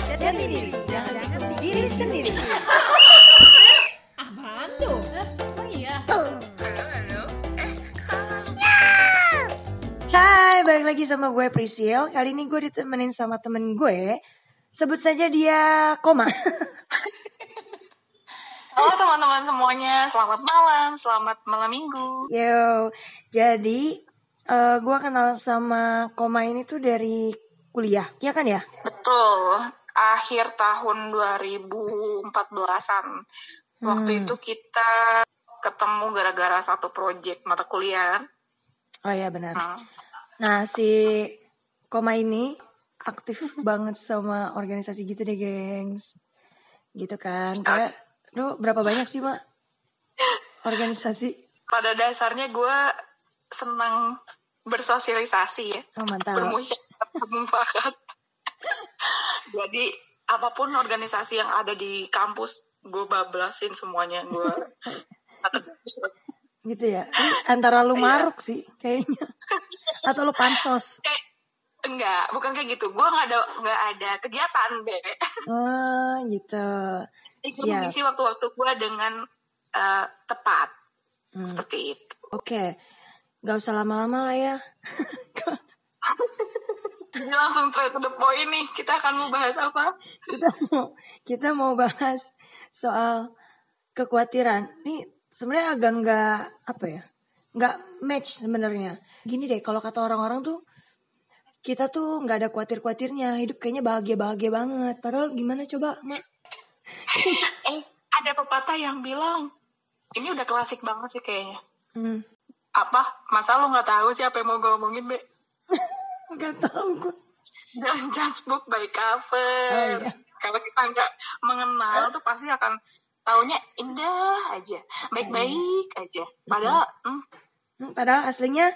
Jati diri, jangan tikung diri sendiri. Apaan tuh? Oh iya. Halo. Salah. Hai, balik lagi sama gue Prisil. Kali ini gue ditemenin sama temen gue. Sebut saja dia Koma. Halo teman-teman semuanya, selamat malam minggu. Yo, jadi gue kenal sama Koma ini tuh dari kuliah, ya kan ya? Betul, akhir tahun 2014-an. Waktu itu kita ketemu gara-gara satu proyek mata kuliah. Oh iya benar. Nah si Koma ini aktif banget sama organisasi gitu deh gengs. Gitu kan, kayak lu berapa banyak sih Mak organisasi? Pada dasarnya gue senang bersosialisasi ya. Oh mantap. Bermusyawarah bermufakat. Jadi apapun organisasi yang ada di kampus gue bablasin semuanya gue. Gitu ya. Ini antara lu maruk sih kayaknya. Atau lu pansos? Enggak, bukan kayak gitu. Gue nggak ada kegiatan deh. Oh gitu. Gue mengisi waktu-waktu gue dengan tepat. Seperti itu. Oke. Gak usah lama-lama lah ya. Jadi langsung straight to the point nih. Kita akan mau bahas apa? Kita mau bahas soal kekhawatiran. Nih sebenarnya agak nggak match sebenarnya. Gini deh, kalau kata orang-orang tuh kita tuh nggak ada khawatir-khawatirnya. Hidup kayaknya bahagia-bahagia banget. Padahal gimana coba, Mak? Ada pepatah yang bilang ini udah klasik banget sih kayaknya. Apa? Masa lu nggak tahu sih apa yang mau gue omongin, Be? Nggak tahu gue. Don't judge book by cover. Oh, iya. Kalau kita nggak mengenal tuh pasti akan taunya indah aja, baik-baik aja. Padahal aslinya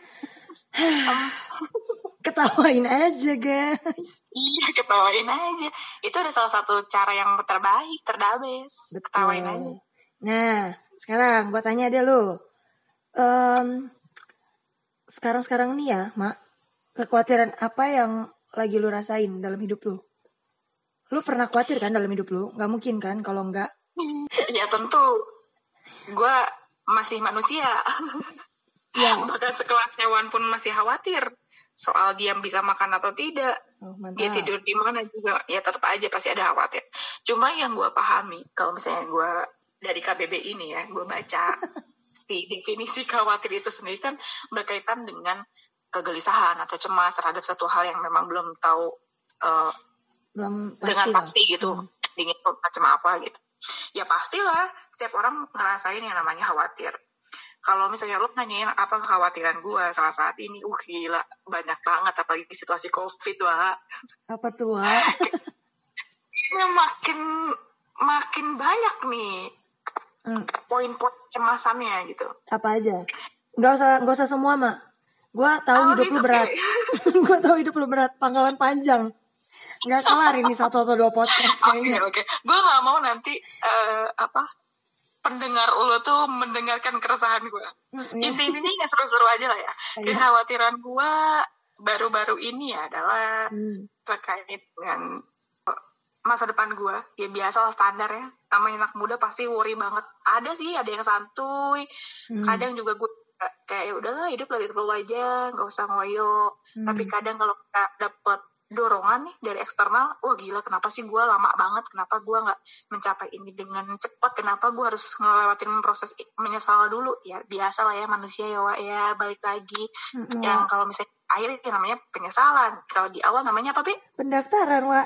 ketawain aja guys. Iya, ketawain aja. Itu ada salah satu cara yang terbaik, terdabes. Betul. Ketawain aja. Nah, sekarang gue tanya deh lu. Sekarang nih ya, Mak, kekhawatiran apa yang lagi lu rasain dalam hidup lu? Lu pernah khawatir kan dalam hidup lu? Gak mungkin kan kalau enggak? Ya tentu. Gue masih manusia. Ya. Bahkan sekelas hewan pun masih khawatir soal dia bisa makan atau tidak. Oh, mantap. Dia tidur di mana juga. Ya tetap aja pasti ada khawatir. Cuma yang gue pahami, kalau misalnya gue dari KBB ini ya, gue baca si definisi khawatir itu sendiri kan berkaitan dengan kegelisahan atau cemas terhadap satu hal yang memang belum tahu Belum dengan pasti gitu, dingin macam apa gitu. Ya pastilah setiap orang ngerasain yang namanya khawatir. Kalau misalnya lu nanyain apa kekhawatiran gue saat ini, gila banyak banget apalagi di situasi COVID, Wak. Apa tuh, Wak? Ini makin banyak nih poin-poin cemasannya gitu. Apa aja? Gak usah semua, Mak. Gua tahu hidup lu berat. Gua tahu hidup lu berat, pangkalan panjang. Gak kelar ini 1 atau 2 podcast kayaknya. Oke. Gue gak mau nanti pendengar lu tuh mendengarkan keresahan gue. Intinya ya seru-seru aja lah ya. Kekhawatiran gue baru-baru ini adalah terkait dengan masa depan gue. Ya biasa lah standar ya. Namanya anak muda pasti worry banget. Ada sih, ada yang santuy. Kadang juga gue kayak ya udahlah hidup lagi terlalu aja, nggak usah ngoyo. Tapi kadang kalau kita dapet dorongan nih dari eksternal, wah gila kenapa sih gue lama banget, kenapa gue nggak mencapai ini dengan cepat, kenapa gue harus ngelewatin proses menyesal dulu. Ya biasa lah ya manusia ya, Wak, ya balik lagi. Yang kalau misalnya akhir ya namanya penyesalan, kalau di awal namanya apa, Bi? Pendaftaran, Wak.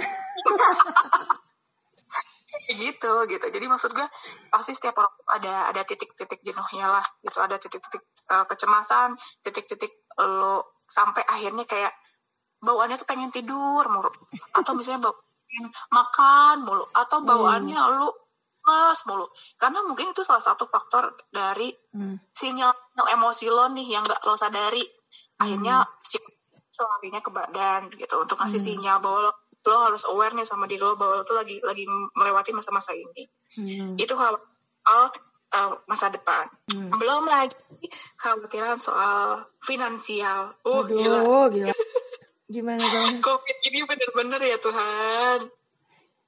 gitu. Jadi maksud gue pasti setiap orang ada titik-titik jenuhnya lah gitu, ada titik-titik kecemasan, titik-titik lo sampai akhirnya kayak bawaannya tuh pengen tidur mulu, atau misalnya pengen makan mulu, atau bawaannya lo mas mulu, karena mungkin itu salah satu faktor dari sinyal emosi lo nih yang gak lo sadari, akhirnya selarinya ke badan gitu untuk ngasih sinyal bahwa lo harus aware nih sama diri lo bahwa lo tuh lagi melewati masa-masa ini. Itu kalau masa depan. Belum lagi khawatiran soal finansial. Aduh, gila. Gimana dong? COVID ini bener-bener ya Tuhan.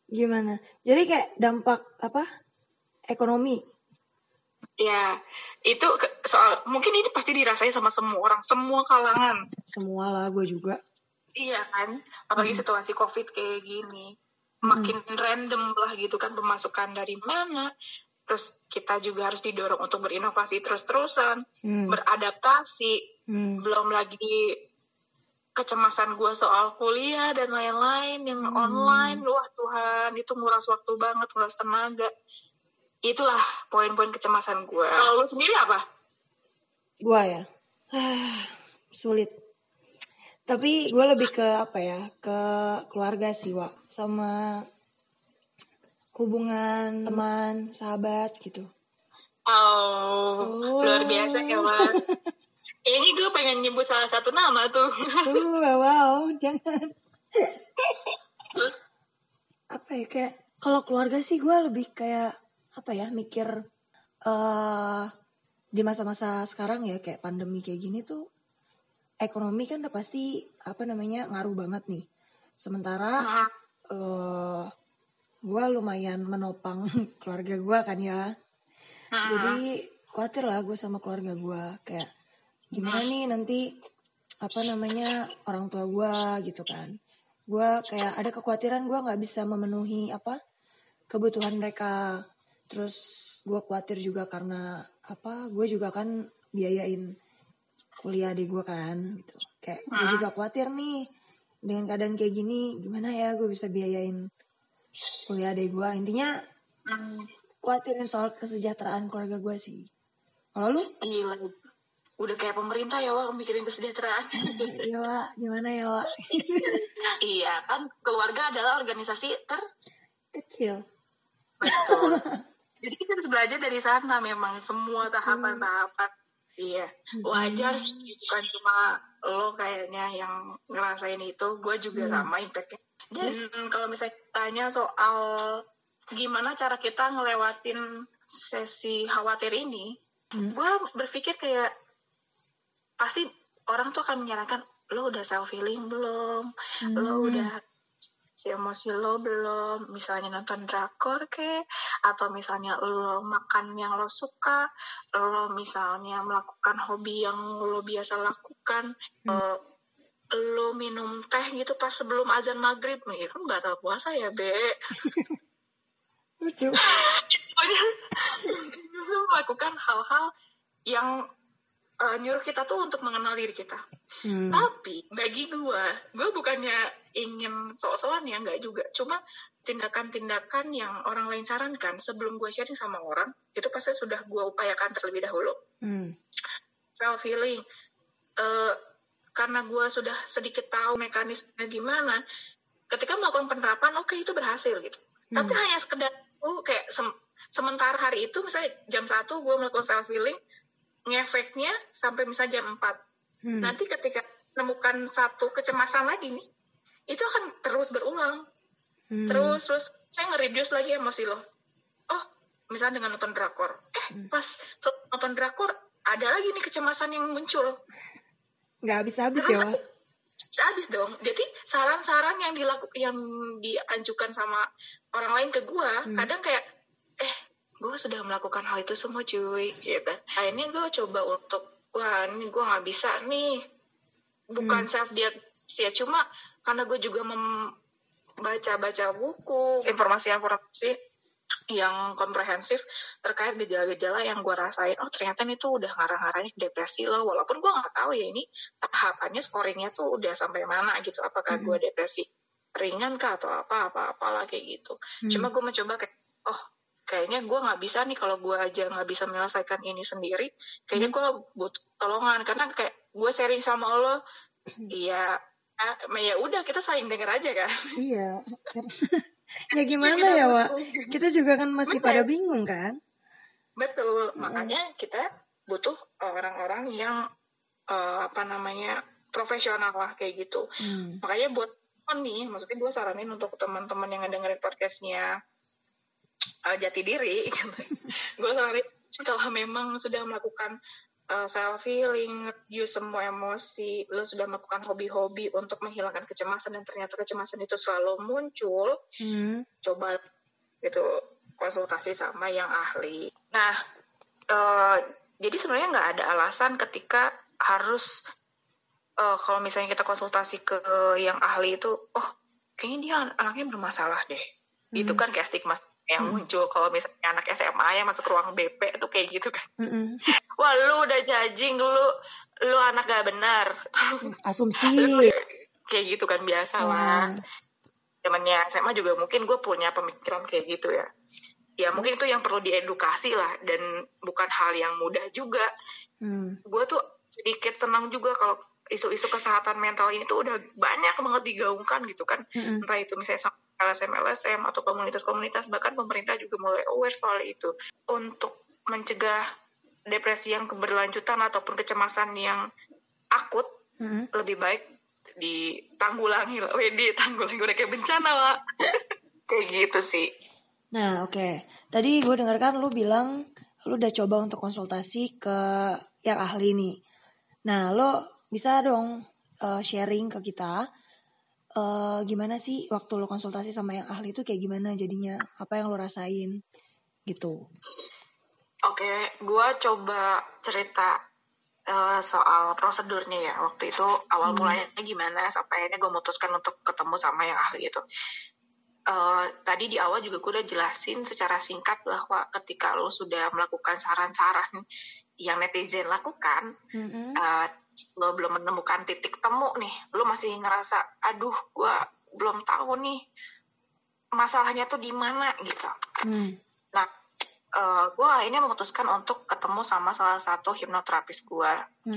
Gimana? Jadi kayak dampak apa? Ekonomi. Ya, itu soal mungkin ini pasti dirasain sama semua orang, semua kalangan. Semua lah, gue juga. Iya kan, apalagi situasi COVID kayak gini, makin random lah gitu kan pemasukan dari mana. Terus kita juga harus didorong untuk berinovasi terus-terusan, beradaptasi. Belum lagi kecemasan gue soal kuliah dan lain-lain yang online. Wah Tuhan, itu nguras waktu banget, nguras tenaga. Itulah poin-poin kecemasan gue. Kalau lu sendiri apa? Gue ya, sulit. Tapi gue lebih ke apa ya, ke keluarga sih, Wak. Sama hubungan teman, sahabat gitu. Luar biasa ya, Wak. Kayaknya gue pengen nyebut salah satu nama tuh. Wow, jangan. Apa ya, kayak kalau keluarga sih gue lebih kayak apa ya, mikir di masa-masa sekarang ya, kayak pandemi kayak gini tuh ekonomi kan udah pasti apa namanya ngaruh banget nih. Sementara gue lumayan menopang keluarga gue kan ya. Jadi khawatir lah gue sama keluarga gue, kayak gimana nih nanti apa namanya orang tua gue gitu kan. Gue kayak ada kekhawatiran gue nggak bisa memenuhi apa kebutuhan mereka. Terus gue khawatir juga karena apa, gue juga kan biayain kuliah adik gue kan gitu. Kayak gue juga khawatir nih dengan keadaan kayak gini, gimana ya gue bisa biayain kuliah adik gue. Intinya khawatirin soal kesejahteraan keluarga gue sih. Kalau lu? Gila, udah kayak pemerintah ya Wak, mikirin kesejahteraan. Iya Wak, gimana ya Wak? Iya kan, keluarga adalah organisasi kecil. Betul. Jadi kita harus belajar dari sana memang semua tahapan-tahapan. Iya, wajar sih, bukan cuma lo kayaknya yang ngerasain itu, gue juga sama impactnya. Dan kalau misalnya tanya soal gimana cara kita ngelewatin sesi khawatir ini, gue berpikir kayak pasti orang tuh akan menyarankan, lo udah self healing belum, lo udah si emosi lo belum, misalnya nonton drakor atau misalnya lo makan yang lo suka, lo misalnya melakukan hobi yang lo biasa lakukan, lo minum teh gitu pas sebelum azan maghrib, kan batal puasa ya Be. Lucu. Melakukan hal-hal yang nyuruh kita tuh untuk mengenal diri kita. Tapi bagi gue bukannya ingin sok-sokan ya, nggak juga. Cuma tindakan-tindakan yang orang lain sarankan sebelum gue sharing sama orang, itu pasti sudah gue upayakan terlebih dahulu. Self-healing. Karena gue sudah sedikit tahu mekanismenya gimana, ketika melakukan penerapan, oke, itu berhasil gitu. Tapi hanya sekedar kayak sementara hari itu, misalnya jam 1 gue melakukan self-healing, ngefeknya sampai misalnya jam 4. Nanti ketika menemukan satu kecemasan lagi nih, itu akan terus berulang. Terus saya nge-reduce lagi emosi lo. Oh, misalnya dengan nonton drakor. Pas nonton drakor, ada lagi nih kecemasan yang muncul. Nggak habis-habis ya, Wak? Habis dong. Jadi saran-saran yang diajukan sama orang lain ke gue, kadang kayak, gue sudah melakukan hal itu semua cuy, gitu. Akhirnya gue coba untuk, wah ini gue nggak bisa nih, bukan self diagnosis ya, cuma karena gue juga membaca buku, informasi yang komprehensif terkait gejala-gejala yang gue rasain. Oh ternyata ini tuh udah ngarah-ngarahnya depresi loh, walaupun gue nggak tahu ya ini tahapannya scoringnya tuh udah sampai mana gitu, apakah gue depresi ringan kah atau apalah kayak gitu. Cuma gue mencoba kayak, kayaknya gue nggak bisa nih, kalau gue aja nggak bisa menyelesaikan ini sendiri, kayaknya gue butuh tolongan. Karena kayak gue sharing sama lo, ya udah kita saling denger aja kan. Iya. Ya gimana ya Wak, kita juga kan masih pada bingung kan. Betul, makanya kita butuh orang-orang yang profesional lah kayak gitu. Makanya buat nih, maksudnya gue saranin untuk teman-teman yang ngedengerin podcastnya Jati Diri gitu. Gue saranin kalau memang sudah melakukan self healing, use semua emosi, lo sudah melakukan hobi-hobi untuk menghilangkan kecemasan dan ternyata kecemasan itu selalu muncul, coba gitu konsultasi sama yang ahli. Nah, jadi sebenarnya nggak ada alasan ketika harus kalau misalnya kita konsultasi ke yang ahli itu, oh kayaknya dia anaknya bermasalah deh. Itu kan kayak stigma yang muncul kalau misalnya anak SMA yang masuk ruang BP itu kayak gitu kan. Wah lu udah judging, lu anak gak benar. Asumsi. Kayak gitu kan biasa lah. Zamannya SMA juga mungkin gue punya pemikiran kayak gitu ya. Ya mungkin itu yang perlu diedukasi lah dan bukan hal yang mudah juga. Gue tuh sedikit senang juga kalau isu-isu kesehatan mental ini tuh udah banyak banget digaungkan gitu kan. Entah itu misalnya LSM atau komunitas-komunitas, bahkan pemerintah juga mulai aware soal itu. Untuk mencegah depresi yang keberlanjutan ataupun kecemasan yang akut, lebih baik ditanggulangi lah. Ditanggulangi udah kayak bencana lah. Kayak gitu sih. Nah oke. Tadi gue dengarkan lu bilang lu udah coba untuk konsultasi ke yang ahli nih. Nah lo bisa dong sharing ke kita gimana sih waktu lo konsultasi sama yang ahli itu kayak gimana jadinya, apa yang lo rasain gitu. Oke, gue coba cerita soal prosedurnya ya. Waktu itu awal mulanya gimana sampai akhirnya gue memutuskan untuk ketemu sama yang ahli itu. Tadi di awal juga gue udah jelasin secara singkat bahwa ketika lo sudah melakukan saran-saran yang netizen lakukan, lo belum menemukan titik temu nih, lo masih ngerasa, aduh gue belum tahu nih masalahnya tuh di mana gitu. Nah, gue akhirnya memutuskan untuk ketemu sama salah satu hipnoterapis gue.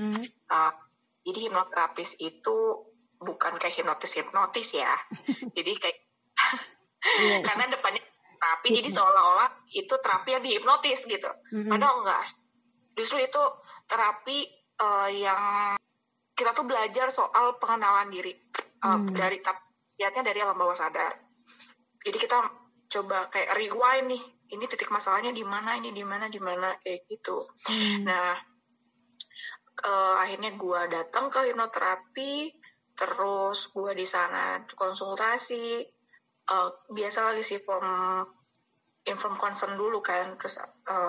Jadi hipnoterapis itu bukan kayak hipnotis ya. Jadi kayak karena depannya terapi, jadi seolah-olah itu terapi yang dihipnotis gitu. Padahal enggak. Justru itu terapi yang kita tuh belajar soal pengenalan diri dari lihatnya dari alam bawah sadar. Jadi kita coba kayak rewind nih, ini titik masalahnya di mana, ini di mana kayak gitu. Nah, akhirnya gue datang ke hipnoterapi, terus gue di sana konsultasi, biasa lagi sih inform consent dulu kan, terus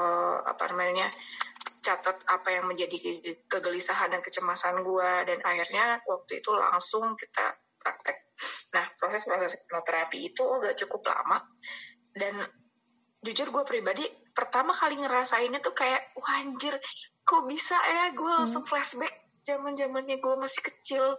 catat apa yang menjadi kegelisahan dan kecemasan gue, dan akhirnya waktu itu langsung kita praktek. Nah, proses hipnoterapi itu gak cukup lama, dan jujur gue pribadi pertama kali ngerasainnya tuh kayak wah anjir, kok bisa ya, gue langsung flashback zaman-zamannya gue masih kecil,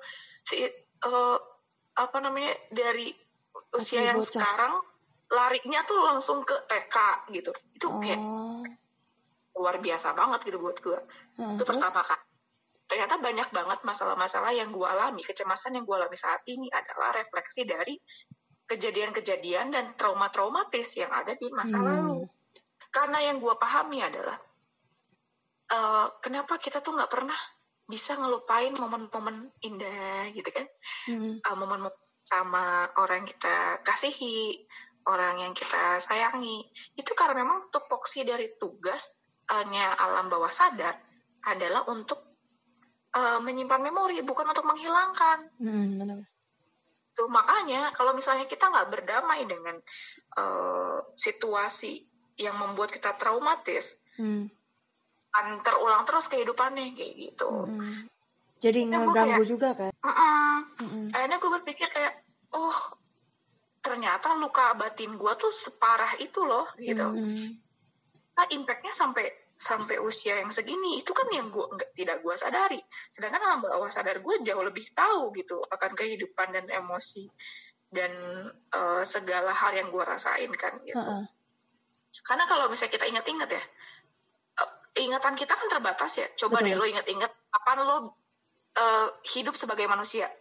dari usia yang sekarang larinya tuh langsung ke TK gitu. Itu kayak luar biasa banget gitu buat gue. Itu pertama kali. Ternyata banyak banget masalah-masalah yang gue alami, kecemasan yang gue alami saat ini adalah refleksi dari kejadian-kejadian dan trauma-traumatis yang ada di masa lalu. Karena yang gue pahami adalah kenapa kita tuh nggak pernah bisa ngelupain momen-momen indah gitu kan, momen-momen sama orang yang kita kasihi, orang yang kita sayangi. Itu karena memang tupoksi dari tugasnya alam bawah sadar adalah untuk menyimpan memori, bukan untuk menghilangkan. Tuh, makanya kalau misalnya kita nggak berdamai dengan situasi yang membuat kita traumatis, akan terulang terus kehidupannya kayak gitu. Jadi ngeganggu juga kan. Akhirnya gue berpikir kayak, oh ternyata luka batin gue tuh separah itu loh gitu. Nah, impactnya sampai usia yang segini itu kan yang tidak gue sadari. Sedangkan alam bawah sadar gue jauh lebih tahu gitu akan kehidupan dan emosi dan segala hal yang gue rasain kan gitu. Karena kalau misalnya kita ingat-ingat ya, ingatan kita kan terbatas ya. Coba deh lo ingat-ingat kapan lo hidup sebagai manusia.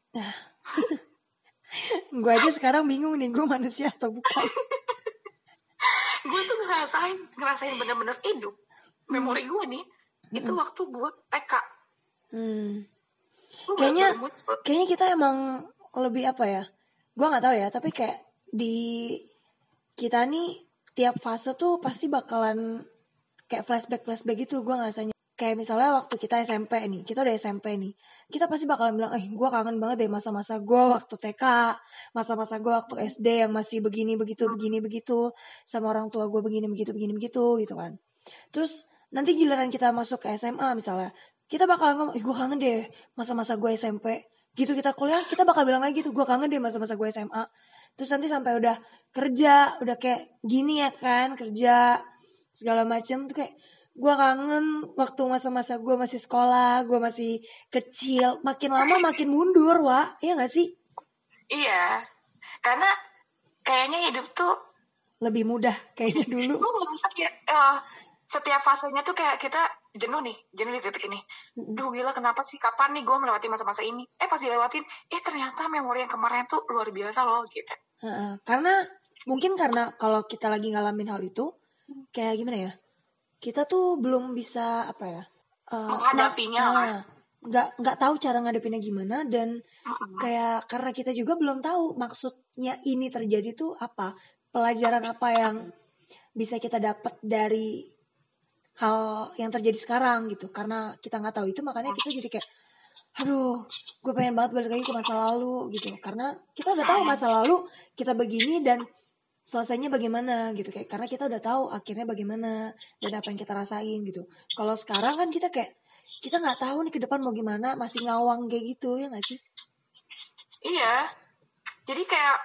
Gue aja sekarang bingung nih, gue manusia atau bukan. Gue tuh ngerasain bener-bener hidup. Memori gue nih itu waktu gue TK. Kayaknya kita emang lebih apa ya? Gue nggak tahu ya, tapi kayak di kita nih tiap fase tuh pasti bakalan kayak flashback gitu gue ngerasanya. kayak misalnya waktu kita SMP nih, kita udah SMP nih, kita pasti bakalan bilang, gue kangen banget deh masa-masa gue waktu TK, masa-masa gue waktu SD yang masih begini begitu, sama orang tua gue begini begitu gitu kan. Terus nanti giliran kita masuk ke SMA misalnya, kita bakalan ngomong, gue kangen deh masa-masa gue SMP. Gitu kita kuliah, kita bakal bilang lagi gitu, gue kangen deh masa-masa gue SMA. Terus nanti sampai udah kerja, udah kayak gini ya kan, kerja segala macam tuh kayak gue kangen waktu masa-masa gue masih sekolah, gue masih kecil. Makin lama makin mundur, Wak. Iya gak sih? Iya. Karena kayaknya hidup tuh lebih mudah kayaknya dulu. Gue ngerasa kayak setiap fasenya tuh kayak kita jenuh di titik ini. Duh gila, kenapa sih? Kapan nih gue melewati masa-masa ini? Pas dilewatin, ternyata memori yang kemarin tuh luar biasa loh gitu. Karena kalau kita lagi ngalamin hal itu, kayak gimana ya? Kita tuh belum bisa menghadapinya nggak tahu cara ngadepinnya gimana, dan kayak karena kita juga belum tahu maksudnya ini terjadi tuh apa, pelajaran apa yang bisa kita dapat dari hal yang terjadi sekarang gitu. Karena kita nggak tahu itu, makanya kita jadi kayak aduh, gue pengen banget balik lagi ke masa lalu gitu, karena kita udah tahu masa lalu kita begini dan selesainya bagaimana gitu, kayak karena kita udah tahu akhirnya bagaimana dan apa yang kita rasain gitu. Kalau sekarang kan kita kayak kita nggak tahu nih ke depan mau gimana, masih ngawang kayak gitu, ya nggak sih? Iya, jadi kayak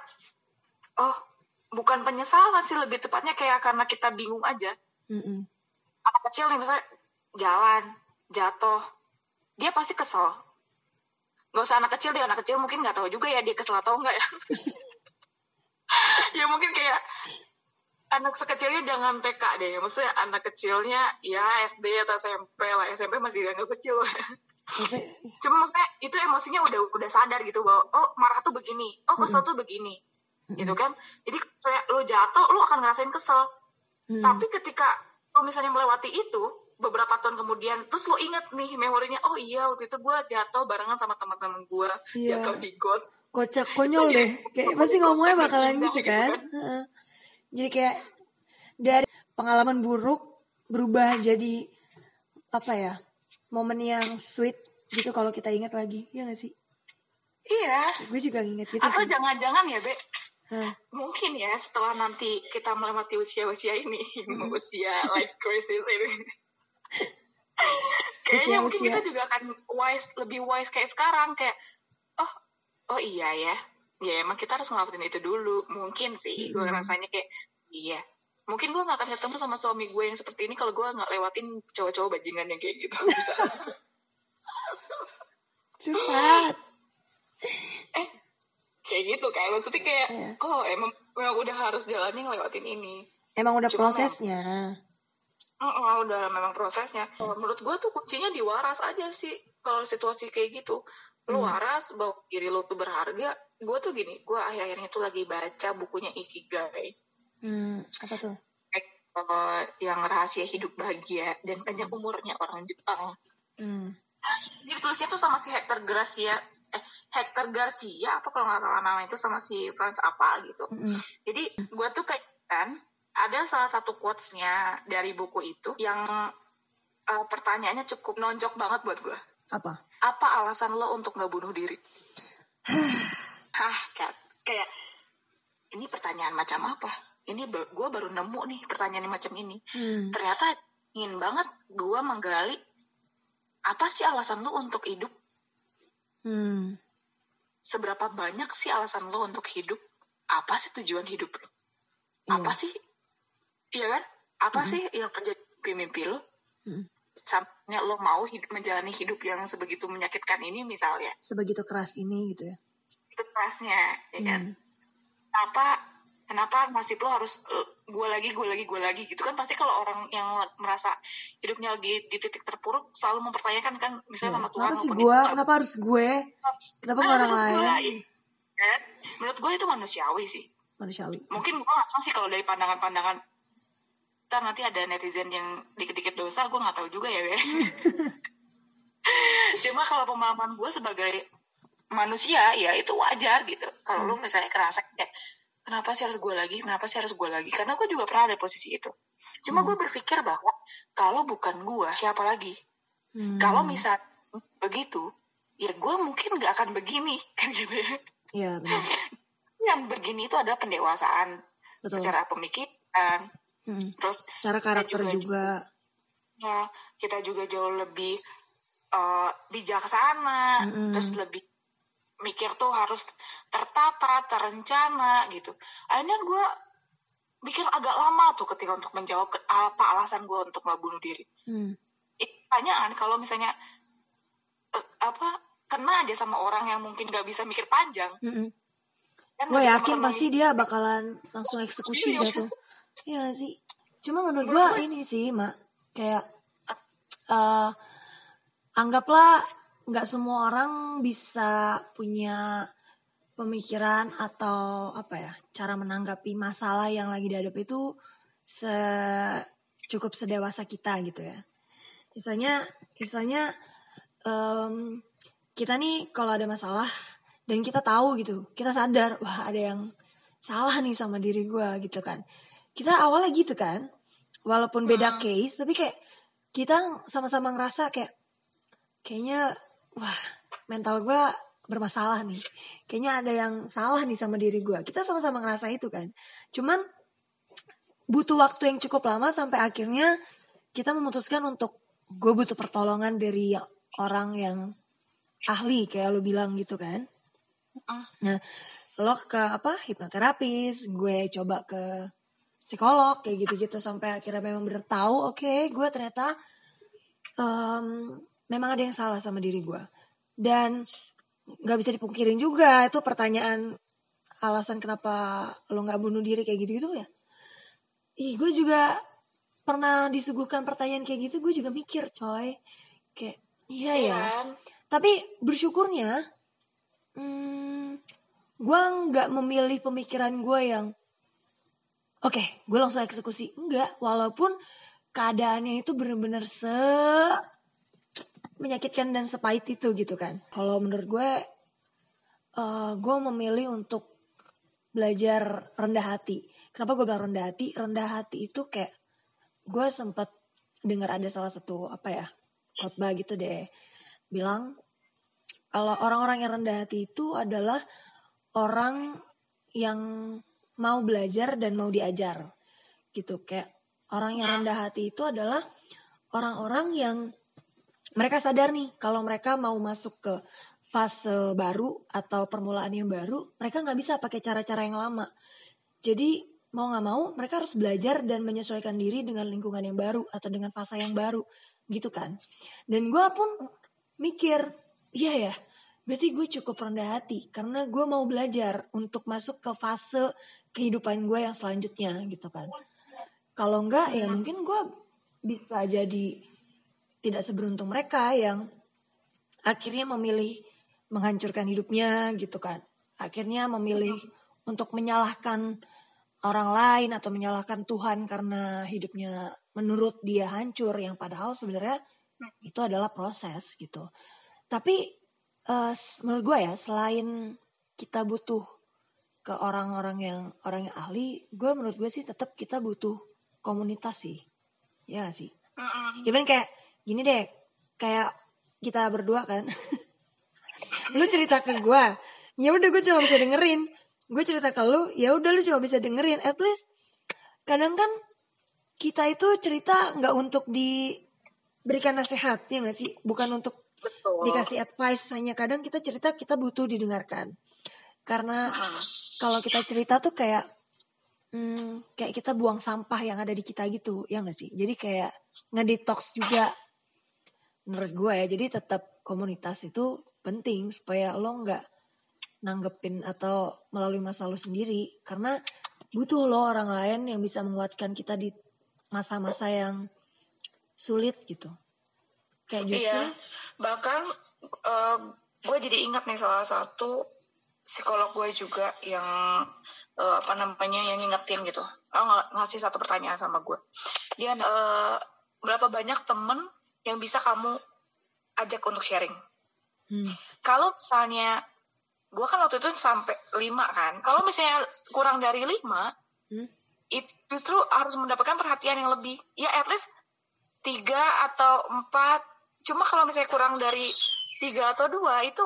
bukan penyesalan sih, lebih tepatnya kayak karena kita bingung aja. Anak kecil nih misalnya jalan jatuh, dia pasti kesel. Nggak usah anak kecil deh, anak kecil mungkin nggak tahu juga ya dia kesel atau enggak ya. Ya mungkin kayak anak sekecilnya jangan TK deh, maksudnya anak kecilnya ya SD atau SMP lah. SMP masih dianggap kecil. Cuma maksudnya itu emosinya udah sadar gitu bahwa marah tuh begini, kesel tuh begini, gitu kan. Jadi saya lo jatuh, lo akan ngerasain kesel. Tapi ketika lo misalnya melewati itu beberapa tahun kemudian, terus lo inget nih memorinya, iya waktu itu gue jatuh barengan sama teman-teman gue, jatuh di got. Kocak, konyol deh, kayak pasti ngomongnya bakalan gitu kan. Jadi kayak dari pengalaman buruk berubah jadi momen yang sweet gitu kalau kita ingat lagi, ya nggak sih? Iya. Gue juga ingat gitu. Atau jangan-jangan ya, Be, mungkin ya setelah nanti kita melewati usia-usia ini, usia life crisis ini, kayaknya mungkin kita juga akan lebih wise kayak sekarang, kayak oh iya ya emang kita harus ngelakuin itu dulu. Mungkin sih gue rasanya kayak iya, mungkin gue gak akan ketemu sama suami gue yang seperti ini kalau gue gak lewatin cowok-cowok bajingan yang kayak gitu. Cepat kayak gitu kan, maksudnya kayak emang udah harus jalannya ngelewatin ini, emang udah prosesnya. Udah memang prosesnya. Menurut gue tuh kuncinya diwaras aja sih kalau situasi kayak gitu. Lo waras bahwa diri lo tuh berharga. Gue tuh gini, gue akhir-akhirnya tuh lagi baca bukunya Ikigai. Apa tuh? Yang rahasia hidup bahagia dan panjang umurnya orang Jepang. Dia tulisnya tuh sama si Hector Garcia apa kalau nggak salah nama itu, sama si Franz apa gitu. Jadi gue tuh kayak kan ada salah satu quotes-nya dari buku itu yang pertanyaannya cukup nonjok banget buat gue. Apa alasan lo untuk nggak bunuh diri? Kayak ini pertanyaan macam apa? Ini gue baru nemu nih pertanyaan macam ini. Ternyata ingin banget gue menggali apa sih alasan lo untuk hidup? Seberapa banyak sih alasan lo untuk hidup? Apa sih tujuan hidup lo? Apa sih? Iya kan? Apa sih yang menjadi mimpi lo? Sampai lo mau menjalani hidup yang sebegitu menyakitkan ini misalnya, sebegitu keras ini gitu ya, itu kerasnya ya kan. Kenapa nasib lo harus gue lagi gitu kan. Pasti kalau orang yang merasa hidupnya lagi di titik terpuruk selalu mempertanyakan kan, misalnya sama Tuhan, kenapa harus gue, kenapa nggak orang lain kan? Menurut gue itu manusiawi. Mungkin gue nggak tahu sih kalau dari pandangan ntar nanti ada netizen yang dikit-dikit dosa, gue nggak tahu juga ya, Be. Cuma kalau pemahaman gue sebagai manusia, ya itu wajar gitu. Kalau lu misalnya kerasa kayak, kenapa sih harus gue lagi? Karena gue juga pernah ada posisi itu. Cuma gue berpikir bahwa kalau bukan gue, siapa lagi? Kalau misal begitu, ya gue mungkin nggak akan begini kan gitu ya. Iya benar. Yang begini itu ada pendewasaan. Betul. Secara pemikiran, terus cara karakter juga. Ya, kita juga jauh lebih bijaksana, terus lebih mikir tuh harus tertata, terencana gitu. Akhirnya gue mikir agak lama tuh ketika untuk menjawab apa alasan gue untuk nggak bunuh diri. Pertanyaan kalau misalnya kena aja sama orang yang mungkin nggak bisa mikir panjang, gue yakin pasti dia bakalan langsung eksekusi dah tuh. Iya sih. Cuma menurut gue ini sih Mak, kayak anggaplah nggak semua orang bisa punya pemikiran atau cara menanggapi masalah yang lagi dihadapi itu cukup sedewasa kita gitu ya. Misalnya kita nih kalau ada masalah dan kita tahu gitu, kita sadar wah ada yang salah nih sama diri gue gitu kan. Kita awalnya gitu kan, walaupun beda case tapi kayak kita sama-sama ngerasa kayaknya wah mental gue bermasalah nih. Kayaknya ada yang salah nih sama diri gue. Kita sama-sama ngerasa itu kan. Cuman butuh waktu yang cukup lama sampai akhirnya kita memutuskan untuk gue butuh pertolongan dari orang yang ahli kayak lo bilang gitu kan. Nah, lo ke hipnoterapis, gue coba ke psikolog kayak gitu-gitu sampai akhirnya memang bener tahu oke, gue ternyata memang ada yang salah sama diri gue. Dan nggak bisa dipungkirin juga itu pertanyaan alasan kenapa lo nggak bunuh diri kayak gitu ya. Gue juga pernah disuguhkan pertanyaan kayak gitu, gue juga mikir coy kayak iya ya. Tapi bersyukurnya gue nggak memilih pemikiran gue yang oke, gue langsung eksekusi. Enggak, walaupun keadaannya itu benar-benar menyakitkan dan sepahit itu gitu kan. Kalau menurut gue memilih untuk belajar rendah hati. Kenapa gue bilang rendah hati? Rendah hati itu kayak gue sempat dengar ada salah satu khotbah gitu deh, bilang kalau orang-orang yang rendah hati itu adalah orang yang mau belajar dan mau diajar gitu. Kayak orang yang rendah hati itu adalah orang-orang yang mereka sadar nih kalau mereka mau masuk ke fase baru atau permulaan yang baru, mereka nggak bisa pakai cara-cara yang lama. Jadi mau nggak mau mereka harus belajar dan menyesuaikan diri dengan lingkungan yang baru atau dengan fase yang baru gitu kan. Dan gue pun mikir, iya ya, berarti gue cukup rendah hati karena gue mau belajar untuk masuk ke fase kehidupan gue yang selanjutnya gitu kan. Kalau enggak ya mungkin gue bisa jadi tidak seberuntung mereka yang akhirnya memilih menghancurkan hidupnya gitu kan. Akhirnya memilih untuk menyalahkan orang lain atau menyalahkan Tuhan karena hidupnya menurut dia hancur, yang padahal sebenarnya itu adalah proses gitu. Tapi menurut gue ya, selain kita butuh ke orang yang ahli, menurut gue sih tetap kita butuh komunitas sih. Ya gak sih? Even kayak gini deh, kayak kita berdua kan. Lu cerita ke gue, ya udah gue cuma bisa dengerin. Gue cerita ke lu, ya udah lu cuma bisa dengerin. At least kadang kan kita itu cerita nggak untuk diberikan nasihat, ya nggak sih? Bukan untuk dikasih advice. Hanya kadang kita cerita kita butuh didengarkan. Karena kalau kita cerita tuh kayak kita buang sampah yang ada di kita gitu, ya nggak sih? Jadi kayak ngedetox juga menurut gue ya. Jadi tetap komunitas itu penting supaya lo nggak nanggepin atau melalui masa lo sendiri, karena butuh lo orang lain yang bisa menguatkan kita di masa-masa yang sulit gitu. Kayak justru bahkan gue jadi ingat nih salah satu psikolog gue juga yang yang ngingetin gitu, ngasih satu pertanyaan sama gue. Dia berapa banyak temen yang bisa kamu ajak untuk sharing? Kalau misalnya gue kan waktu itu sampai 5 kan. Kalau misalnya kurang dari 5, itu justru harus mendapatkan perhatian yang lebih. Ya at least 3 atau 4 Cuma kalau misalnya kurang dari 3 atau 2 itu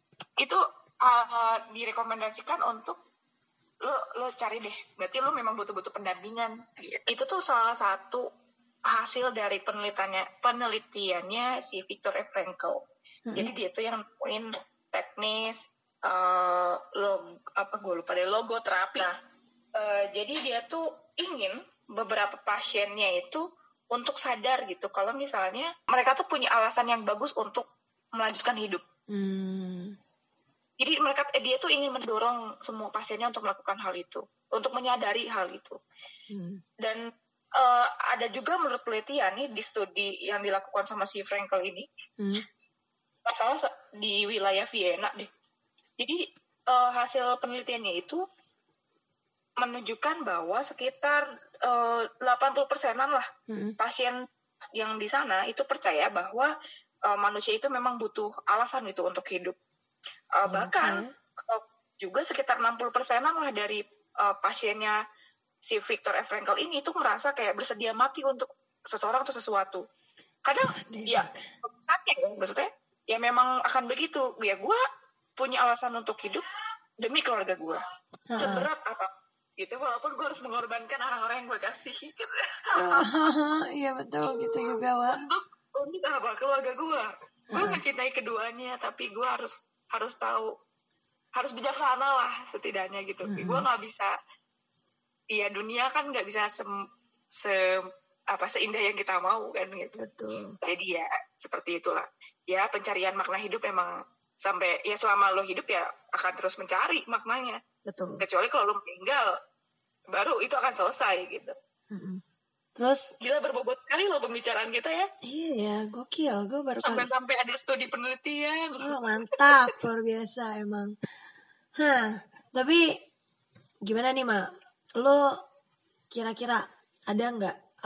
direkomendasikan untuk lo cari deh. Berarti lo memang butuh pendampingan. Itu tuh salah satu hasil dari penelitiannya si Viktor F. Frankl. Jadi dia tuh yang nemuin teknis gue lupa deh, logoterapi. Nah, jadi dia tuh ingin beberapa pasiennya itu untuk sadar gitu kalau misalnya mereka tuh punya alasan yang bagus untuk melanjutkan hidup. Jadi dia tuh ingin mendorong semua pasiennya untuk melakukan hal itu, untuk menyadari hal itu. Dan ada juga menurut penelitian nih di studi yang dilakukan sama si Frankl ini, masalah di wilayah Vienna deh. Jadi hasil penelitiannya itu menunjukkan bahwa sekitar 80%-an lah pasien yang di sana itu percaya bahwa manusia itu memang butuh alasan itu untuk hidup. Bahkan juga sekitar 60%-an lah dari pasiennya si Viktor F. Frankl ini tuh merasa kayak bersedia mati untuk seseorang atau sesuatu. Kadang ya maksudnya ya memang akan begitu. Ya gue punya alasan untuk hidup demi keluarga gue. Seberat apa gitu, walaupun gue harus mengorbankan orang-orang yang gue kasih gitu. Iya betul gitu juga, Wak. Untuk apa? Keluarga gue. Gue mencintai keduanya, tapi gue harus tahu, harus bijaksana lah setidaknya gitu. Gue nggak bisa, ya dunia kan nggak bisa seindah yang kita mau kan gitu. Betul. Jadi ya seperti itulah. Ya pencarian makna hidup emang sampai ya selama lo hidup ya akan terus mencari maknanya. Betul. Kecuali kalau lo meninggal, baru itu akan selesai gitu. Terus gila berbobot kali lo pembicaraan kita ya. Iya, gokil. Gue baru sampai ada studi penelitian. Mantap, luar biasa emang. Tapi gimana nih, Mak? Lo kira-kira ada nggak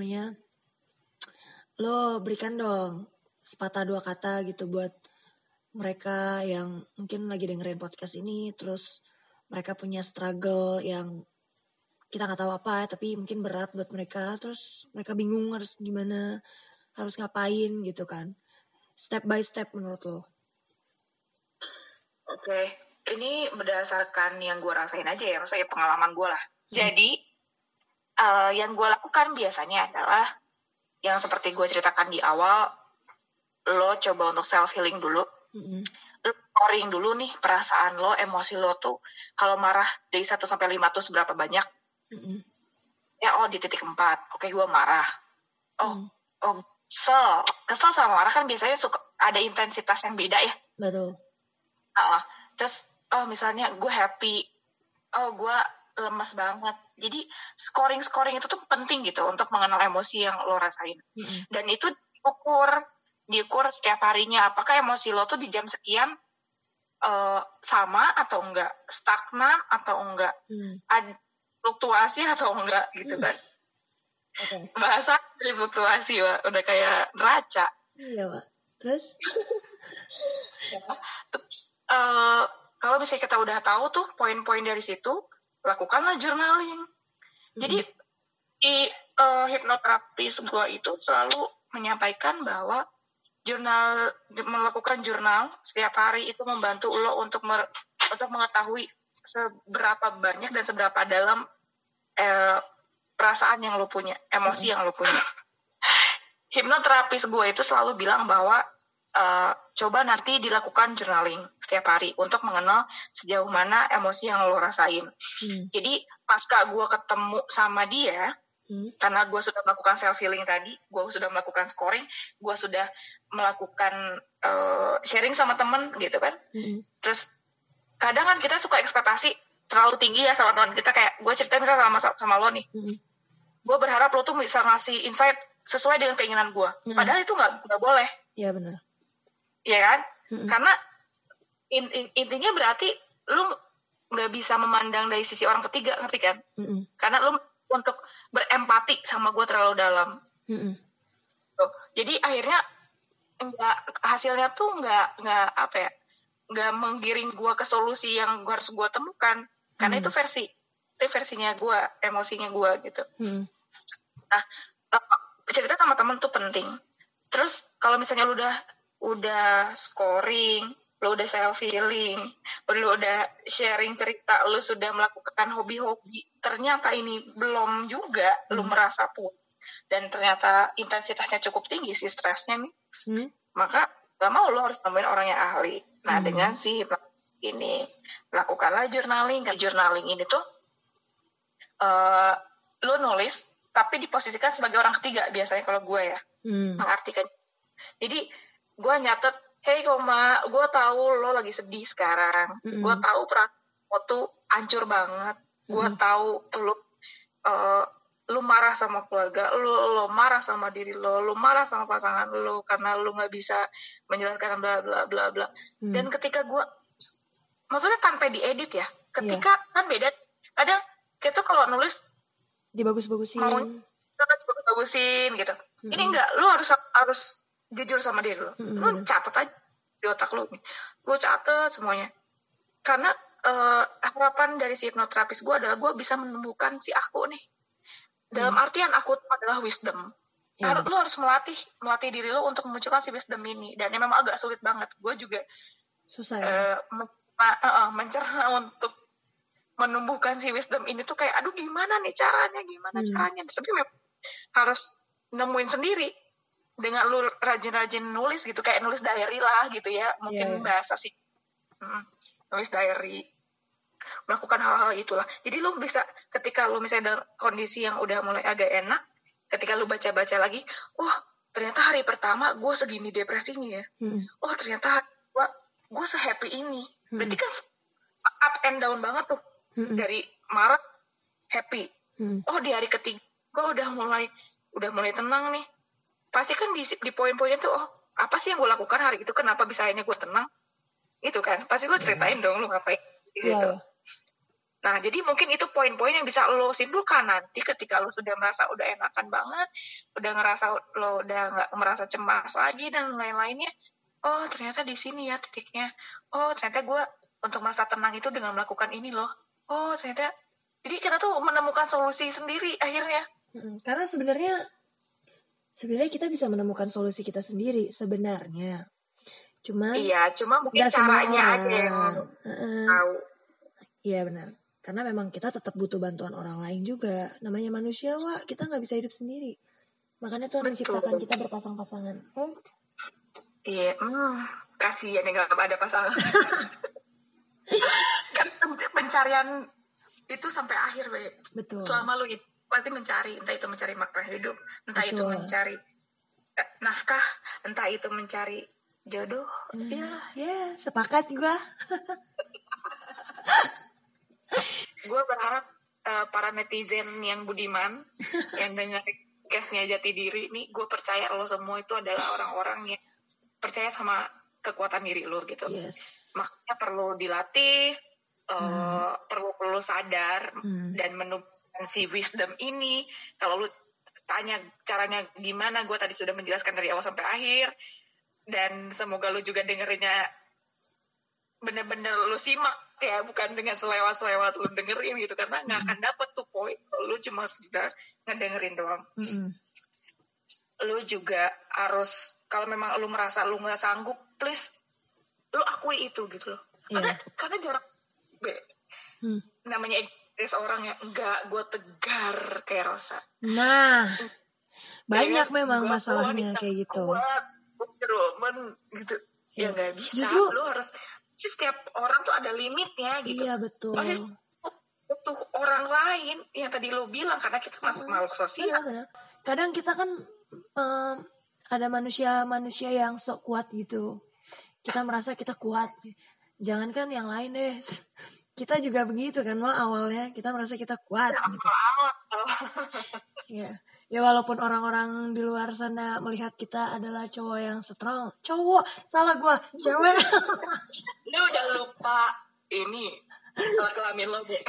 lo berikan dong sepatah dua kata gitu buat mereka yang mungkin lagi dengerin podcast ini, terus mereka punya struggle yang kita nggak tahu apa, tapi mungkin berat buat mereka, terus mereka bingung harus gimana, harus ngapain gitu kan, step by step menurut lo. Oke, ini berdasarkan yang gue rasain aja ya, maksudnya pengalaman gue lah. Jadi yang gue lakukan biasanya adalah yang seperti gue ceritakan di awal, lo coba untuk self healing dulu. Lo scoring dulu nih perasaan lo, emosi lo tuh kalau marah dari 1 sampai 5 tuh seberapa banyak. Ya di titik 4, oke gue marah. Kesel sama marah kan biasanya suka ada intensitas yang beda ya. Betul. Terus misalnya gue happy, gue lemes banget. Jadi scoring itu tuh penting gitu untuk mengenal emosi yang lo rasain. Dan itu diukur setiap harinya, apakah emosi lo tuh di jam sekian sama atau enggak, stagnan atau enggak, ada fluktuasi atau enggak gitu kan. Bahasa dari fluktuasi, Wak. Udah kayak neraca. Iya, Wak. Terus kalau misalnya kita udah tahu tuh poin-poin dari situ, lakukanlah journaling. Jadi di hipnoterapi sebuah itu selalu menyampaikan bahwa melakukan jurnal setiap hari itu membantu lo untuk mengetahui seberapa banyak dan seberapa dalam perasaan yang lo punya, emosi yang lo punya. Hipnoterapis gue itu selalu bilang bahwa coba nanti dilakukan journaling setiap hari untuk mengenal sejauh mana emosi yang lo rasain. Jadi pasca gue ketemu sama dia, karena gue sudah melakukan self healing tadi, gue sudah melakukan scoring, gue sudah melakukan sharing sama temen gitu kan. Terus kadang kan kita suka ekspektasi terlalu tinggi ya sama teman kita, kayak gue ceritain misalnya sama lo nih, gue berharap lo tuh bisa ngasih insight sesuai dengan keinginan gue, padahal itu nggak boleh. Iya benar. Iya kan? Karena intinya berarti lo nggak bisa memandang dari sisi orang ketiga, ngerti kan? Karena lo untuk berempati sama gue terlalu dalam. Jadi akhirnya hasilnya tuh nggak menggiring gue ke solusi yang harus gue temukan, karena itu versinya gue, emosinya gue gitu. Nah, cerita sama temen tuh penting, Terus kalau misalnya lu udah scoring, lu udah self healing, lu udah sharing cerita, lu sudah melakukan hobi-hobi, ternyata ini belum juga lu merasa puas dan ternyata intensitasnya cukup tinggi sih stresnya nih, maka gak mau lu harus nemuin orang yang ahli. Nah dengan si ini lakukanlah journaling. Journaling ini tuh lu nulis tapi diposisikan sebagai orang ketiga biasanya kalau gue ya mengartikan. Jadi gue nyatet, hey Koma, gue tahu lo lagi sedih sekarang, gue tahu perasaan lo tuh hancur banget, gue tahu lu marah sama keluarga lo marah sama diri lo marah sama pasangan lo karena lo nggak bisa menjelaskan bla bla bla bla. Dan ketika gue, maksudnya tanpa diedit ya, ketika kan beda, kadang kita kalau nulis dibagusin gitu. Ini enggak, lu harus jujur sama diri lu. Lu catat aja di otak lu. Lu catat semuanya. Karena harapan dari si hipnoterapis gue adalah gue bisa menemukan si aku nih. Dalam artian aku adalah wisdom. Lu harus melatih diri lu untuk memunculkan si wisdom ini. Dan memang agak sulit banget. Gue juga susah ya? mencerna untuk menumbuhkan si wisdom ini tuh kayak aduh gimana caranya tapi memang harus nemuin sendiri dengan lu rajin-rajin nulis gitu, kayak nulis diary lah gitu ya mungkin bahasa sih, nulis diary, melakukan hal-hal itulah. Jadi lu bisa ketika lu misalnya dalam kondisi yang udah mulai agak enak, ketika lu baca-baca lagi, ternyata hari pertama gue segini depresinya ya, ternyata gue sehappy ini, berarti kan up and down banget tuh. Dari Maret happy, di hari ketiga gue udah mulai tenang nih. Pasti kan di poin-poinnya tuh apa sih yang gue lakukan hari itu, kenapa bisa akhirnya gue tenang, itu kan pasti lo ceritain dong lu ngapain gitu. Nah jadi mungkin itu poin-poin yang bisa lo simpulkan nanti ketika lo sudah merasa udah enakan banget, udah ngerasa lo udah nggak merasa cemas lagi dan lain-lainnya. Ternyata di sini ya titiknya. Ternyata gue untuk masa tenang itu dengan melakukan ini loh. Ternyata jadi kita tuh menemukan solusi sendiri akhirnya. Karena sebenarnya kita bisa menemukan solusi kita sendiri sebenarnya. Cuma mungkin caranya aja yang tahu. Iya benar. Karena memang kita tetap butuh bantuan orang lain juga. Namanya manusia, kita nggak bisa hidup sendiri. Makanya Tuhan menciptakan kita berpasang-pasangan. Iya, kasihan ya nggak ada pasangan. Kan pencarian itu sampai akhir, Be. Betul. Selama lu pasti mencari, entah itu mencari makna hidup, entah itu mencari nafkah, entah itu mencari jodoh. Sepakat gue. Gue berharap para netizen yang budiman yang dengar case-nya Jati Diri ini, gue percaya lo semua itu adalah orang-orang yang percaya sama kekuatan diri lo gitu. Makanya perlu dilatih, perlu sadar dan menumbuhkan si wisdom ini. Kalau lu tanya caranya gimana, gue tadi sudah menjelaskan dari awal sampai akhir, dan semoga lu juga dengerinnya bener-bener lu simak ya, bukan dengan selewat-selewat lu dengerin gitu, karena nggak akan dapet tuh poin kalau lu cuma sudah ngedengerin doang. Lu juga harus, kalau memang lu merasa lu nggak sanggup, please lu akui itu gitu loh. Karena jarang namanya orang yang enggak, gue tegar kayak Rosa. Nah, banyak memang masalahnya kayak gitu. Gitu. Ya nggak bisa. Justru, lu harus, setiap orang tuh ada limitnya gitu. Iya betul. Pasti butuh orang lain yang tadi lu bilang, karena kita masuk makhluk sosial. Benar. Kadang kita kan ada manusia yang sok kuat gitu. Kita merasa kita kuat. Jangankan yang lain deh. Kita juga begitu kan, awalnya kita merasa kita kuat gitu. Ya walaupun orang-orang di luar sana melihat kita adalah cowok yang strong. Salah gue, cewek. Lu udah lupa ini kelamin lo, Bu.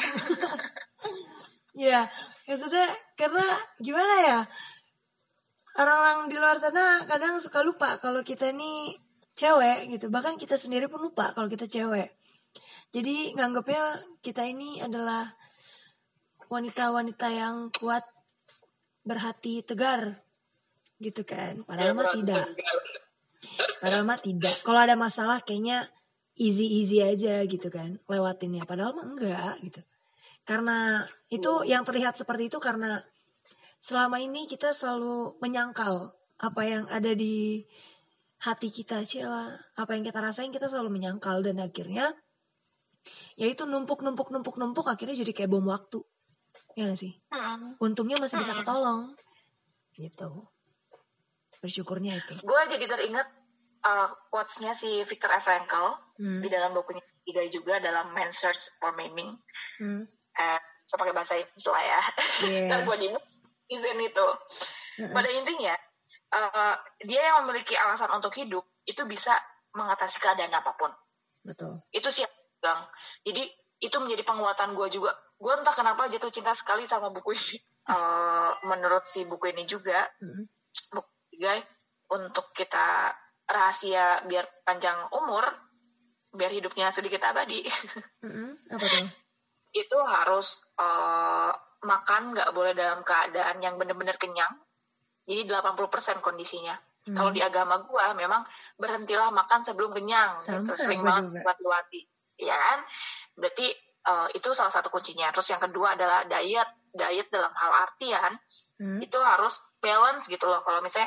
Ya, maksudnya karena gimana ya, orang-orang di luar sana kadang suka lupa kalau kita ini cewek gitu. Bahkan kita sendiri pun lupa kalau kita cewek. Jadi nganggapnya kita ini adalah wanita-wanita yang kuat, berhati tegar gitu kan. Ya, Padahal mah tidak. Padahal mah tidak. Kalau ada masalah kayaknya easy aja gitu kan lewatinnya. Padahal mah enggak gitu. Karena itu yang terlihat seperti itu karena selama ini kita selalu menyangkal apa yang ada di hati kita, Cila. Apa yang kita rasain kita selalu menyangkal dan akhirnya ya itu numpuk akhirnya jadi kayak bom waktu. Ya gak sih? Untungnya masih bisa ketolong. Gitu. Bersyukurnya itu. Gue jadi teringat quotes-nya si Viktor Frankl di dalam bukunya Ikigai juga dalam Man's Search for Meaning. Saya pakai bahasa Inggris lah ya. Dan gue di izin itu. Pada intinya dia yang memiliki alasan untuk hidup itu bisa mengatasi keadaan apapun. Betul. Itu sih yang bilang. Jadi itu menjadi penguatan gue juga. Gue entah kenapa jatuh cinta sekali sama buku ini. Menurut si buku ini juga, buku Ikigai untuk kita rahasia biar panjang umur, biar hidupnya sedikit abadi. Apa tuh? Itu harus makan nggak boleh dalam keadaan yang benar-benar kenyang. Jadi 80% kondisinya. Kalau di agama gue memang berhentilah makan sebelum kenyang. Gitu. Sering banget lewati. Ya kan? Berarti itu salah satu kuncinya. Terus yang kedua adalah diet. Diet dalam hal artian itu harus balance gitu loh. Kalau misalnya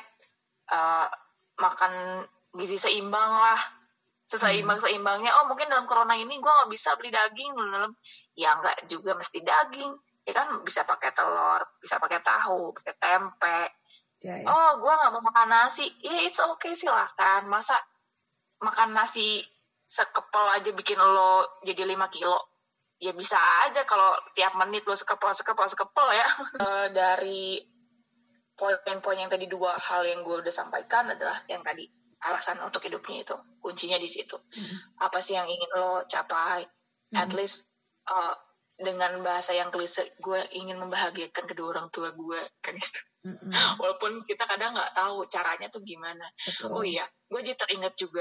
makan gizi seimbang lah. Seimbang-seimbangnya. Oh mungkin dalam corona ini gue gak bisa beli daging. Ya nggak juga mesti daging. Ya kan bisa pakai telur. Bisa pakai tahu. Pakai tempe. Ya. Oh gue gak mau makan nasi. Ya it's okay silahkan. Masa makan nasi sekepel aja bikin lo jadi 5 kilo. Ya bisa aja kalau tiap menit lo sekepel ya. Dari poin-poin yang tadi 2 hal yang gue udah sampaikan adalah yang tadi alasan untuk hidupnya itu kuncinya di situ. Apa sih yang ingin lo capai? At least dengan bahasa yang klise, gue ingin membahagiakan kedua orang tua gue kan itu. Walaupun kita kadang nggak tahu caranya tuh gimana. Betul. Oh iya, gue jadi teringat juga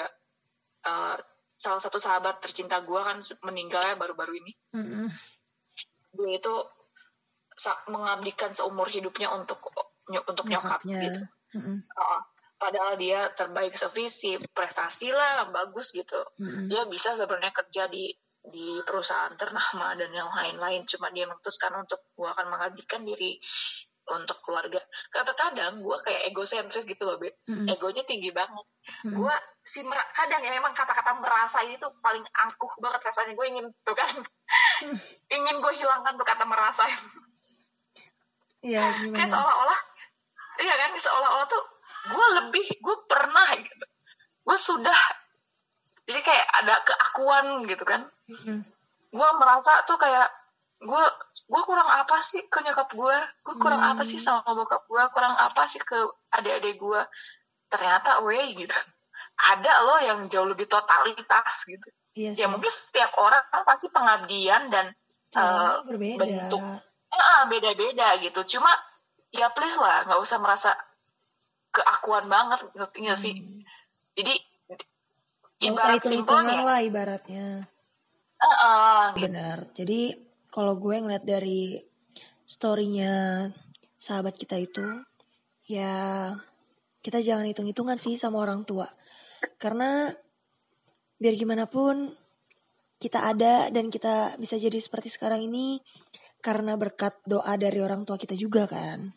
salah satu sahabat tercinta gue kan meninggalnya baru-baru ini. Dia itu mengabdikan seumur hidupnya untuk nyokap gitu. Padahal dia terbaik sevisi, prestasi lah, bagus gitu. Dia bisa sebenarnya kerja di perusahaan ternama dan yang lain-lain. Cuma dia memutuskan untuk gue akan mengabdikan diri untuk keluarga. Kadang gue kayak egosentris gitu loh, Be. Egonya tinggi banget. Gue kadang ya memang kata-kata merasa ini tuh paling angkuh banget rasanya. Gue ingin tuh kan, ingin gue hilangkan tuh kata merasa. Iya, gimana? Kayak seolah-olah, iya kan, seolah-olah tuh gue pernah gitu. Gue sudah, jadi kayak ada keakuan gitu kan. Gue merasa tuh kayak, gue kurang apa sih ke nyokap gue kurang apa sih sama bokap gue, kurang apa sih ke adik-adik gue. Ternyata gitu, ada loh yang jauh lebih totalitas gitu. Yes, ya mungkin setiap orang pasti pengabdian dan bentuk beda-beda gitu. Cuma ya please lah, nggak usah merasa keakuan banget, ngerti nggak sih? Jadi ibarat hitung-hitungan lah ibaratnya. Benar. Jadi kalau gue ngeliat dari story-nya sahabat kita itu, ya kita jangan hitung-hitungan sih sama orang tua. Karena biar gimana pun kita ada dan kita bisa jadi seperti sekarang ini karena berkat doa dari orang tua kita juga kan.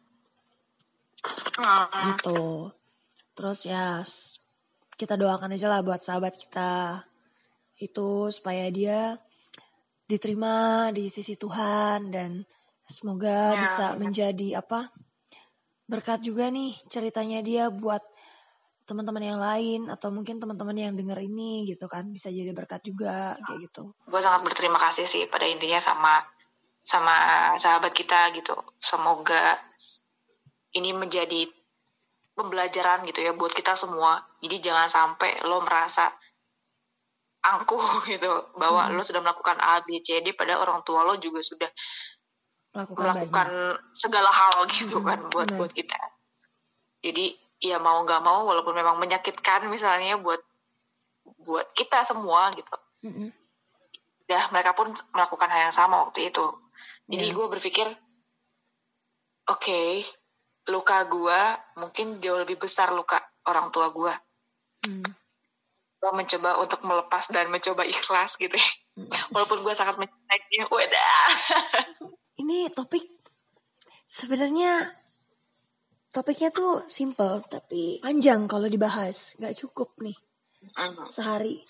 Gitu. Terus ya kita doakan aja lah buat sahabat kita itu supaya dia diterima di sisi Tuhan dan semoga bisa menjadi berkat juga nih ceritanya dia buat teman-teman yang lain atau mungkin teman-teman yang dengar ini gitu kan, bisa jadi berkat juga kayak gitu. Gue sangat berterima kasih sih pada intinya sama sahabat kita gitu. Semoga ini menjadi pembelajaran gitu ya buat kita semua. Jadi jangan sampai lo merasa angkuh gitu bahwa lo sudah melakukan A, B, C, D pada orang tua lo juga sudah melakukan segala hal gitu kan buat kita. Jadi ya mau nggak mau walaupun memang menyakitkan misalnya buat kita semua gitu. Ya mereka pun melakukan hal yang sama waktu itu. Jadi gue berpikir oke, luka gue mungkin jauh lebih besar luka orang tua gue. Gue mencoba untuk melepas dan mencoba ikhlas gitu ya. Walaupun gue sangat mencintainya. Wadah. Ini sebenarnya topiknya tuh simple tapi panjang kalau dibahas, nggak cukup nih sehari.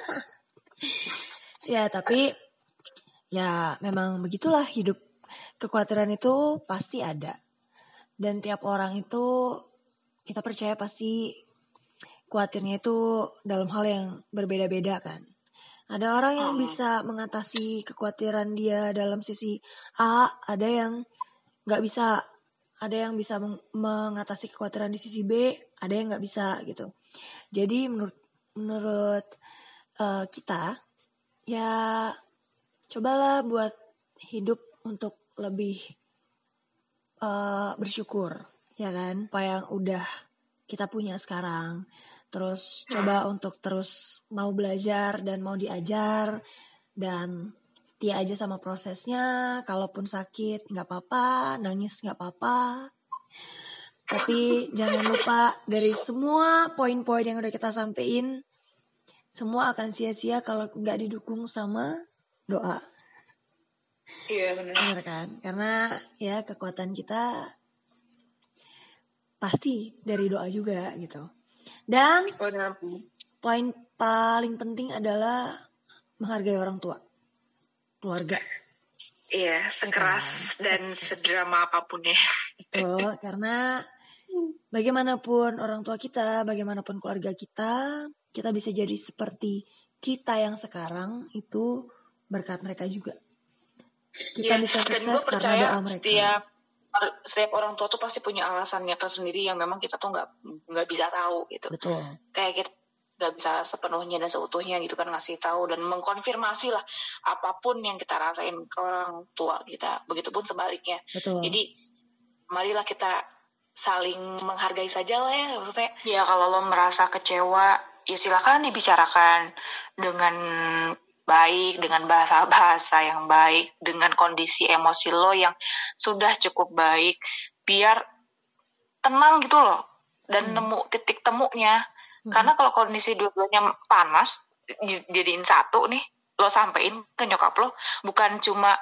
Ya tapi ya memang begitulah hidup. Kekhawatiran itu pasti ada. Dan tiap orang itu kita percaya pasti khawatirnya itu dalam hal yang berbeda-beda kan. Ada orang yang bisa mengatasi kekhawatiran dia dalam sisi A, ada yang nggak bisa. Ada yang bisa mengatasi kekhawatiran di sisi B, ada yang nggak bisa gitu. Jadi menurut kita ya cobalah buat hidup untuk lebih bersyukur, ya kan? Apa yang udah kita punya sekarang. Terus coba untuk terus mau belajar dan mau diajar dan setia aja sama prosesnya. Kalaupun sakit nggak apa-apa, nangis nggak apa-apa. Tapi jangan lupa dari semua poin-poin yang udah kita sampein, semua akan sia-sia kalau nggak didukung sama doa. Iya benar. Benar kan? Karena ya kekuatan kita pasti dari doa juga gitu. Dan poin paling penting adalah menghargai orang tua, keluarga. Iya, sekeras dan sedrama apapun ya. Itu karena bagaimanapun orang tua kita, bagaimanapun keluarga kita bisa jadi seperti kita yang sekarang itu berkat mereka juga. Kita bisa sukses karena doa mereka. Setiap orang tua tuh pasti punya alasannya tersendiri yang memang kita tuh nggak bisa tahu gitu. Betul. Kayak kita nggak bisa sepenuhnya dan seutuhnya gitu kan ngasih tahu dan mengkonfirmasi lah apapun yang kita rasain ke orang tua kita. Begitupun sebaliknya. Betul. Jadi marilah kita saling menghargai saja lah ya. Maksudnya ya kalau lo merasa kecewa ya silakan dibicarakan dengan baik, dengan bahasa-bahasa yang baik, dengan kondisi emosi lo yang sudah cukup baik, biar tenang gitu loh, dan nemu titik temunya. Karena kalau kondisi dua-duanya panas, jadiin satu nih, lo sampein ke nyokap lo, bukan cuma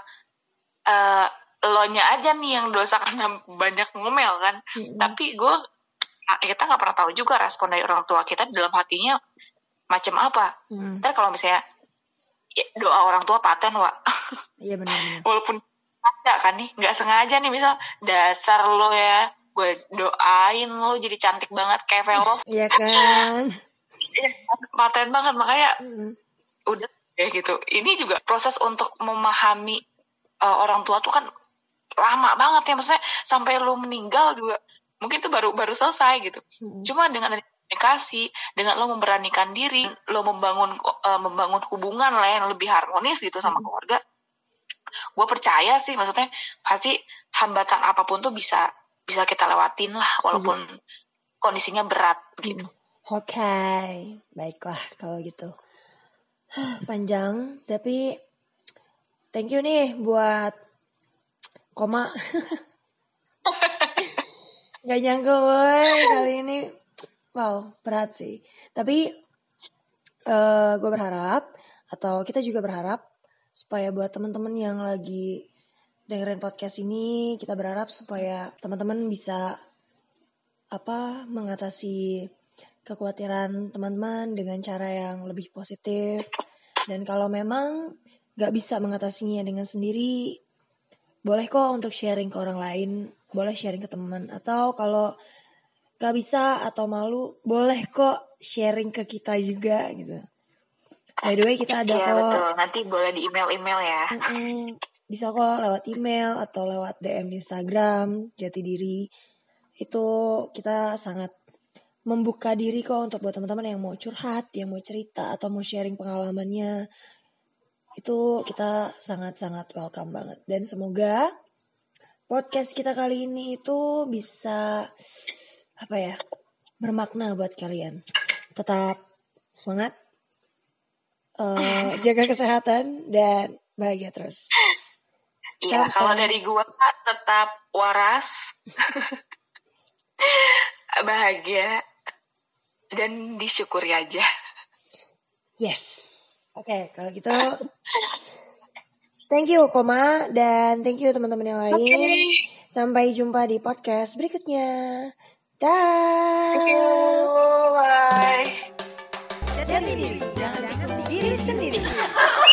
lo nya aja nih yang dosa karena banyak ngomel kan, tapi kita nggak pernah tahu juga respon dari orang tua kita dalam hatinya macam apa. Ntar kalau misalnya doa orang tua paten, Wak. Iya benar. Walaupun ada kan nih, nggak sengaja nih misal dasar lo ya, gue doain lo jadi cantik banget kayak Velov. Iya kan. Paten banget, makanya udah ya gitu. Ini juga proses untuk memahami orang tua tuh kan lama banget ya, maksudnya sampai lo meninggal juga mungkin tuh baru selesai gitu. Cuma dengan komunikasi, dengan lo memberanikan diri, lo membangun hubungan lah yang lebih harmonis gitu sama keluarga. Gue percaya sih, maksudnya pasti hambatan apapun tuh bisa kita lewatin lah, walaupun kondisinya berat gitu. Oke, baiklah kalau gitu. Panjang, tapi thank you nih buat Koma. Gak nyangka woy kali ini. Wow, berat sih. Tapi gue berharap, atau kita juga berharap, supaya buat teman-teman yang lagi dengerin podcast ini, kita berharap supaya teman-teman bisa mengatasi kekhawatiran teman-teman dengan cara yang lebih positif. Dan kalau memang gak bisa mengatasinya dengan sendiri, boleh kok untuk sharing ke orang lain, boleh sharing ke teman. Atau kalau gak bisa atau malu, boleh kok sharing ke kita juga gitu. By the way kita ada kok. Iya betul, nanti boleh di email ya. Bisa kok lewat email atau lewat DM di Instagram Jati Diri. Itu kita sangat membuka diri kok untuk buat teman-teman yang mau curhat, yang mau cerita atau mau sharing pengalamannya. Itu kita sangat-sangat welcome banget. Dan semoga podcast kita kali ini itu bisa bermakna buat kalian. Tetap semangat, jaga kesehatan dan bahagia terus. Iya, kalau dari gua tetap waras. bahagia dan disyukuri aja. Yes. Oke, kalau gitu thank you Koma dan thank you teman-teman yang lain. Sampai jumpa di podcast berikutnya. Dah. See you. Bye. Jati diri, jangan ikuti diri sendiri.